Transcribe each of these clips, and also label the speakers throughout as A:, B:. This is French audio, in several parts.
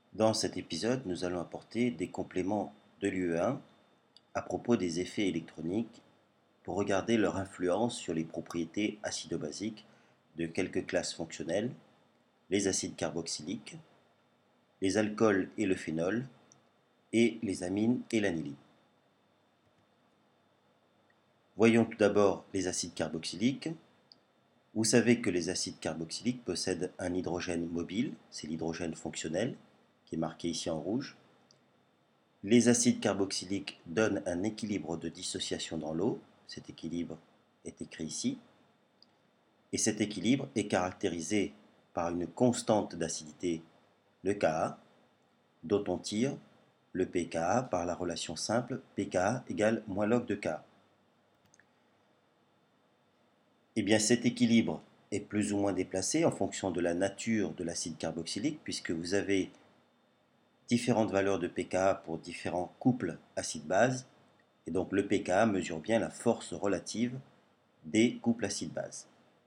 A: Dans cet épisode, nous allons apporter des compléments de l'UE1 à propos des effets électroniques pour regarder leur influence sur les propriétés acido-basiques de quelques classes fonctionnelles, les acides carboxyliques, les alcools et le phénol, et les amines et l'aniline. Voyons tout d'abord les acides carboxyliques. Vous savez que les acides carboxyliques possèdent un hydrogène mobile, c'est l'hydrogène fonctionnel, qui est marqué ici en rouge. Les acides carboxyliques donnent un équilibre de dissociation dans l'eau. Cet équilibre est écrit ici. Et cet équilibre est caractérisé par une constante d'acidité, le Ka, dont on tire le pKa par la relation simple pKa égale moins log de Ka. Et bien cet équilibre est plus ou moins déplacé en fonction de la nature de l'acide carboxylique, puisque vous avez différentes valeurs de pKa pour différents couples acide-base. Et donc le pKa mesure bien la force relative des couples acide-base.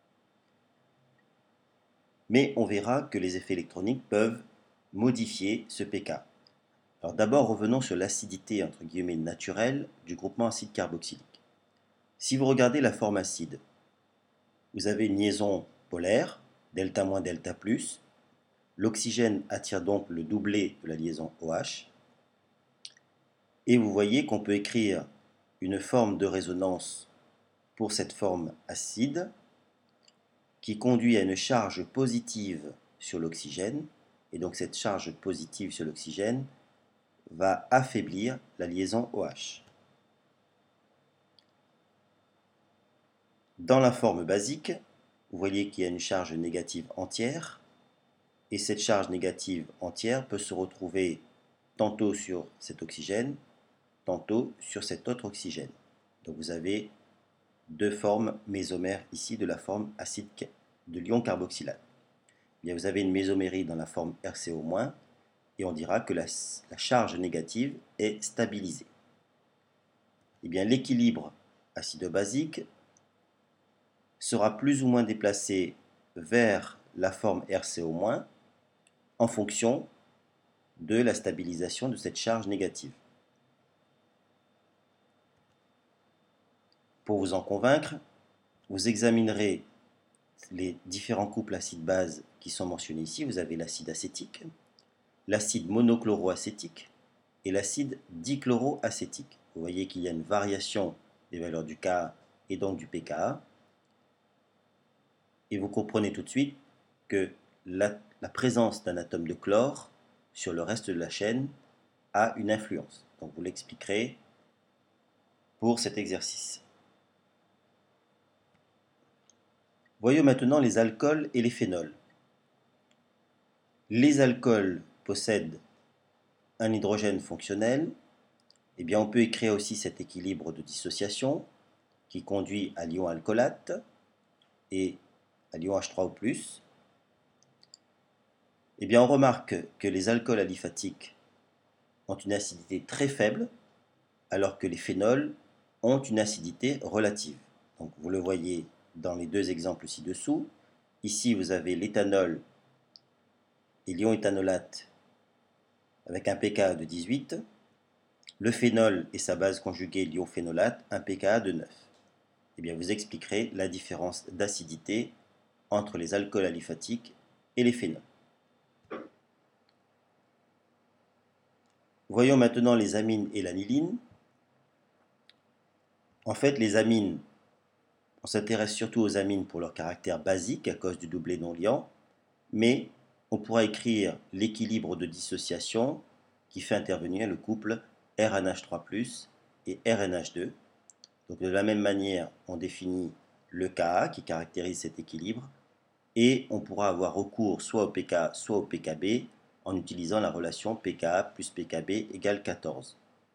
A: Mais on verra que les effets électroniques peuvent modifier ce pK. Alors d'abord revenons sur l'acidité entre guillemets naturelle du groupement acide carboxylique. Si vous regardez la forme acide, vous avez une liaison polaire, delta moins delta plus. L'oxygène attire donc le doublet de la liaison OH. Et vous voyez qu'on peut écrire une forme de résonance pour cette forme acide qui conduit à une charge positive sur l'oxygène, et donc cette charge positive sur l'oxygène va affaiblir la liaison OH. Dans la forme basique, vous voyez qu'il y a une charge négative entière, et cette charge négative entière peut se retrouver tantôt sur cet oxygène, tantôt sur cet autre oxygène. Donc vous avez deux formes mésomères ici de la forme acide de l'ion carboxylate. Bien, vous avez une mésomérie dans la forme RCO-, et on dira que la charge négative est stabilisée. Et bien, l'équilibre acido-basique sera plus ou moins déplacé vers la forme RCO- en fonction de la stabilisation de cette charge négative. Pour vous en convaincre, vous examinerez les différents couples acide-base qui sont mentionnés ici. Vous avez l'acide acétique, l'acide monochloroacétique et l'acide dichloroacétique. Vous voyez qu'il y a une variation des valeurs du Ka et donc du pKa. Et vous comprenez tout de suite que la présence d'un atome de chlore sur le reste de la chaîne a une influence. Donc vous l'expliquerez pour cet exercice. Voyons maintenant les alcools et les phénols. Les alcools possèdent un hydrogène fonctionnel. Eh bien, on peut écrire aussi cet équilibre de dissociation qui conduit à l'ion alcoolate et à l'ion H3O+. Eh bien, on remarque que les alcools aliphatiques ont une acidité très faible, alors que les phénols ont une acidité relative. Donc, vous le voyez dans les deux exemples ci-dessous. Ici, vous avez l'éthanol et l'ion éthanolate avec un pKa de 18. Le phénol et sa base conjuguée l'ion phénolate, un pKa de 9. Eh bien, vous expliquerez la différence d'acidité entre les alcools aliphatiques et les phénols. Voyons maintenant les amines et l'aniline. En fait, les amines, on s'intéresse surtout aux amines pour leur caractère basique à cause du doublet non-liant, mais on pourra écrire l'équilibre de dissociation qui fait intervenir le couple RNH3+, et RNH2. Donc de la même manière, on définit le Ka qui caractérise cet équilibre, et on pourra avoir recours soit au pK, soit au pKb en utilisant la relation pKa plus pKb égale 14.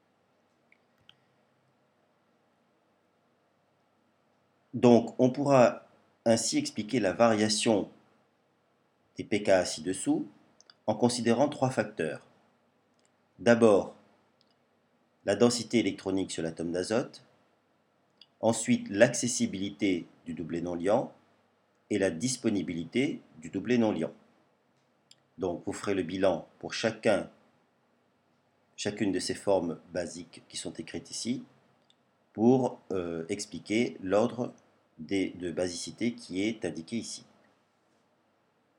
A: Donc on pourra ainsi expliquer la variation des pKa ci-dessous en considérant trois facteurs. D'abord, la densité électronique sur l'atome d'azote, ensuite l'accessibilité du doublet non liant et la disponibilité du doublet non liant. Donc vous ferez le bilan pour chacune de ces formes basiques qui sont écrites ici pour expliquer l'ordre de basicité qui est indiqué ici.